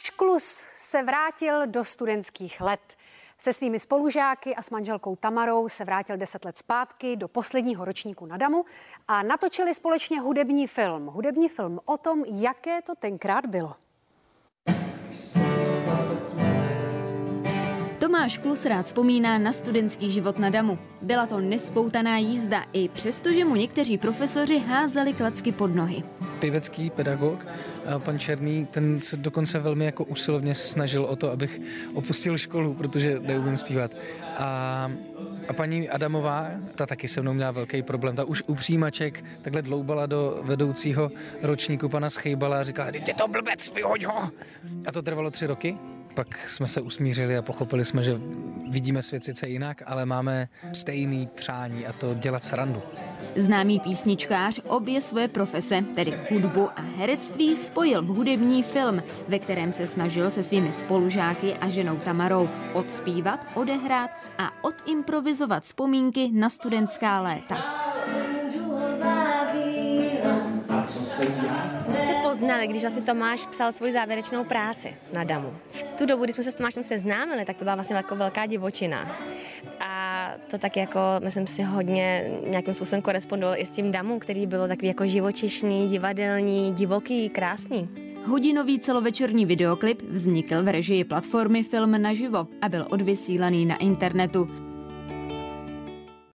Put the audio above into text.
Klus se vrátil do studentských let. Se svými spolužáky a s manželkou Tamarou se vrátil 10 let zpátky do posledního ročníku na Damu a natočili společně hudební film. Hudební film o tom, jaké to tenkrát bylo. Tomáš Klus rád vzpomíná na studentský život na Damu. Byla to nespoutaná jízda, i přestože mu někteří profesoři házeli klacky pod nohy. Pěvecký pedagog, pan Černý, ten se dokonce velmi jako usilovně snažil o to, abych opustil školu, protože neumím zpívat. A paní Adamová, ta taky se mnou měla velký problém. Ta už u přijímaček takhle dloubala do vedoucího ročníku pana Schejbala a říkala, je to blbec, vyhoď ho! A to trvalo 3 roky. Pak jsme se usmířili a pochopili jsme, že vidíme svět sice jinak, ale máme stejný přání a to dělat srandu. Známý písničkář obě svoje profese, tedy hudbu a herectví, spojil v hudební film, ve kterém se snažil se svými spolužáky a ženou Tamarou odspívat, odehrát a odimprovizovat vzpomínky na studentská léta. Se poznali, když vlastně Tomáš psal svou závěrečnou práci na Damu. V tu dobu, kdy jsme se s Tomášem seznámili, tak to byla vlastně jako velká divočina. A to tak jako, myslím si, hodně nějakým způsobem korespondoval i s tím Damu, který bylo takový jako živočišný, divadelní, divoký, krásný. Hodinový celovečerní videoklip vznikl v režii platformy Film naživo a byl odvysílaný na internetu.